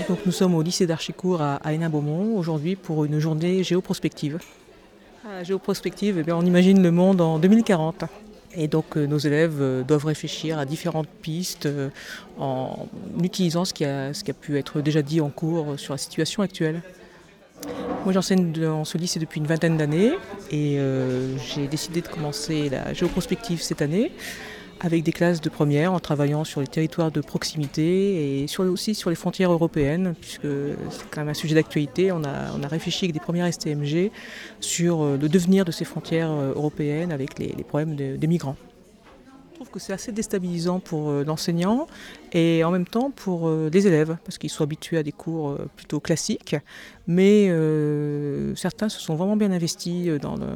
Donc nous sommes au lycée d'Archicourt à Hénin-Beaumont aujourd'hui pour une journée géoprospective. Géoprospective, on imagine le monde en 2040. Et donc nos élèves doivent réfléchir à différentes pistes en utilisant ce qui a pu être déjà dit en cours sur la situation actuelle. Moi j'enseigne dans ce lycée depuis une vingtaine d'années et j'ai décidé de commencer la géoprospective cette année avec des classes de première en travaillant sur les territoires de proximité et aussi sur les frontières européennes puisque c'est quand même un sujet d'actualité. On a réfléchi avec des premières STMG sur le devenir de ces frontières européennes avec les problèmes des migrants. Je trouve que c'est assez déstabilisant pour l'enseignant et en même temps pour les élèves parce qu'ils sont habitués à des cours plutôt classiques mais certains se sont vraiment bien investis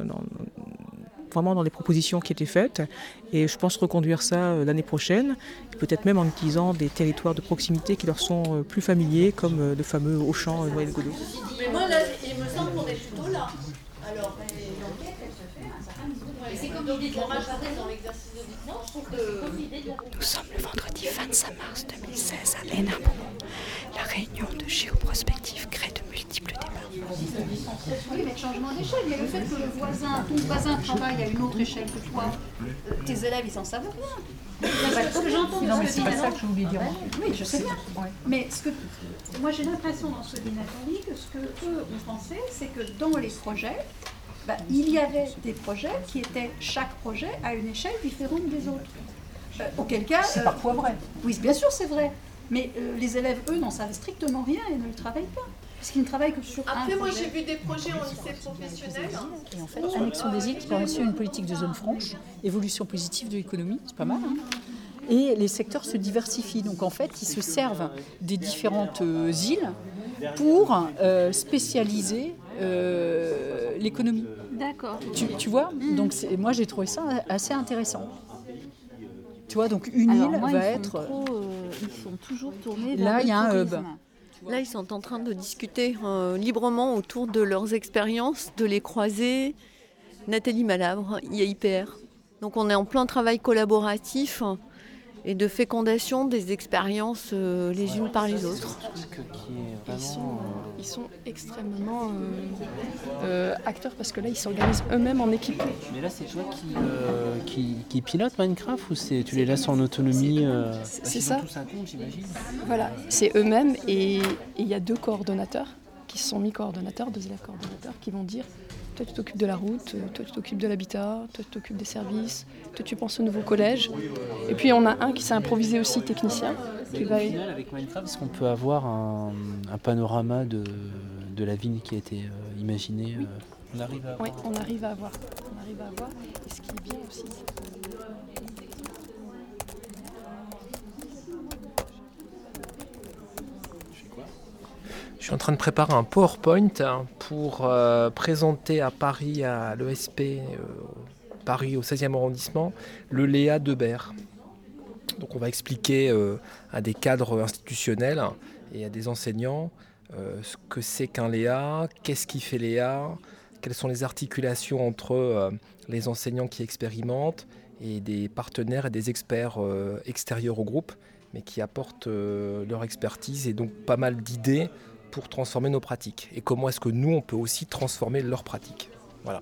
vraiment dans les propositions qui étaient faites et je pense reconduire ça l'année prochaine, peut-être même en utilisant des territoires de proximité qui leur sont plus familiers comme le fameux Auchan Noël-Godot. Mais moi là, il me semble qu'on est plutôt là. Alors, l'enquête elle se fait à un certain niveau. C'est comme l'idée de la majorité dans l'exercice de non, je trouve que... Nous sommes le vendredi 25 mars 2016 à Hénin-Beaumont. La réunion de géoprospective crée de multiples débats. Oui, mais le changement d'échelle, mais le fait que ton voisin travaille à une autre échelle que toi, tes élèves, ils n'en savent rien. Ce que j'entends non, mais c'est pas ça que je voulais dire. Oui, je sais bien. Ouais. Mais moi, j'ai l'impression dans ce Nathalie que ce que eux ont pensé, c'est que dans les projets, il y avait des projets qui étaient chaque projet à une échelle différente des autres. Auquel cas... C'est parfois vrai. Oui, bien sûr, c'est vrai. Mais les élèves, eux, n'en savent strictement rien et ne le travaillent pas. Parce qu'ils ne travaillent que sur un projet. Après, moi, j'ai vu des projets en lycée professionnel. Et en fait, annexion des îles qui permet aussi une politique de zone franche, évolution positive de l'économie, c'est pas mal. Hein, et les secteurs se diversifient. Donc en fait, ils se servent des différentes îles pour spécialiser l'économie. D'accord. Tu vois. Donc moi, j'ai trouvé ça assez intéressant. Tu vois, donc une Alors, île moi, va ils être... ils sont toujours tournés vers Là, le il y a un hub. tourisme. Là, ils sont en train de discuter librement autour de leurs expériences, de les croiser. Nathalie Malabre, IAIPR. Donc on est en plein travail collaboratif et de fécondation des expériences les unes par les autres. Ils sont extrêmement acteurs parce que là, ils s'organisent eux-mêmes en équipe. Mais là, c'est toi qui pilote Minecraft ou tu les laisses en autonomie C'est ça. Tous un compte, j'imagine. Voilà, c'est eux-mêmes et il y a 2 coordonnateurs qui se sont mis coordonnateurs, 2 élèves coordonnateurs qui vont dire toi tu t'occupes de la route, toi tu t'occupes de l'habitat, toi tu t'occupes des services, toi tu penses au nouveau collège. Et puis on a un qui s'est improvisé aussi technicien. Qui va... Au final, avec Minecraft, est-ce qu'on peut avoir un panorama de la ville qui a été imaginée On arrive à avoir. Oui, on arrive à avoir. Et ce qui est bien aussi, c'est que... Je suis en train de préparer un PowerPoint pour présenter à Paris, à l'ESP, Paris au 16e arrondissement, le Léa d'Eubert. Donc on va expliquer à des cadres institutionnels et à des enseignants ce que c'est qu'un Léa, qu'est-ce qui fait Léa, quelles sont les articulations entre les enseignants qui expérimentent et des partenaires et des experts extérieurs au groupe, mais qui apportent leur expertise et donc pas mal d'idées pour transformer nos pratiques. Et comment est-ce que nous, on peut aussi transformer leurs pratiques. Voilà.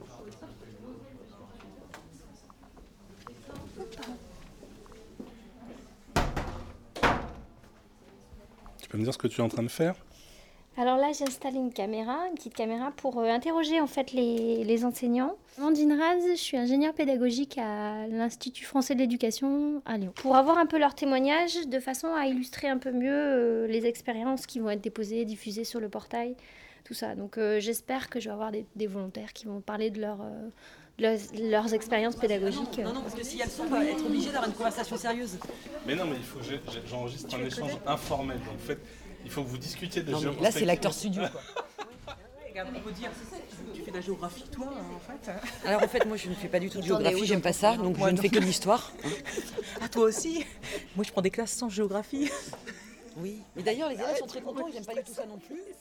Tu peux me dire ce que tu es en train de faire ? Alors là, j'ai installé une petite caméra pour interroger en fait les enseignants. Amandine Raz, je suis ingénieure pédagogique à l'Institut français de l'éducation à Lyon. Pour avoir un peu leurs témoignages, de façon à illustrer un peu mieux les expériences qui vont être déposées, diffusées sur le portail, tout ça. Donc j'espère que je vais avoir des volontaires qui vont parler de leurs expériences pédagogiques. Non, parce que si elles sont, on va être obligé d'avoir une conversation sérieuse. Mais non, mais il faut que j'enregistre un échange informel. Donc, en fait, il faut que vous discutiez de géoprospective. Là, c'est l'acteur studio, quoi. Regarde, on peut dire, tu fais de la géographie, toi, en fait. Alors, en fait, moi, je ne fais pas du tout de géographie, j'aime pas ça, donc je ne fais que de l'histoire. Ah, toi aussi ? Moi, je prends des classes sans géographie. Oui, mais d'ailleurs, les élèves sont très contents, ils n'aiment pas du tout ça non plus.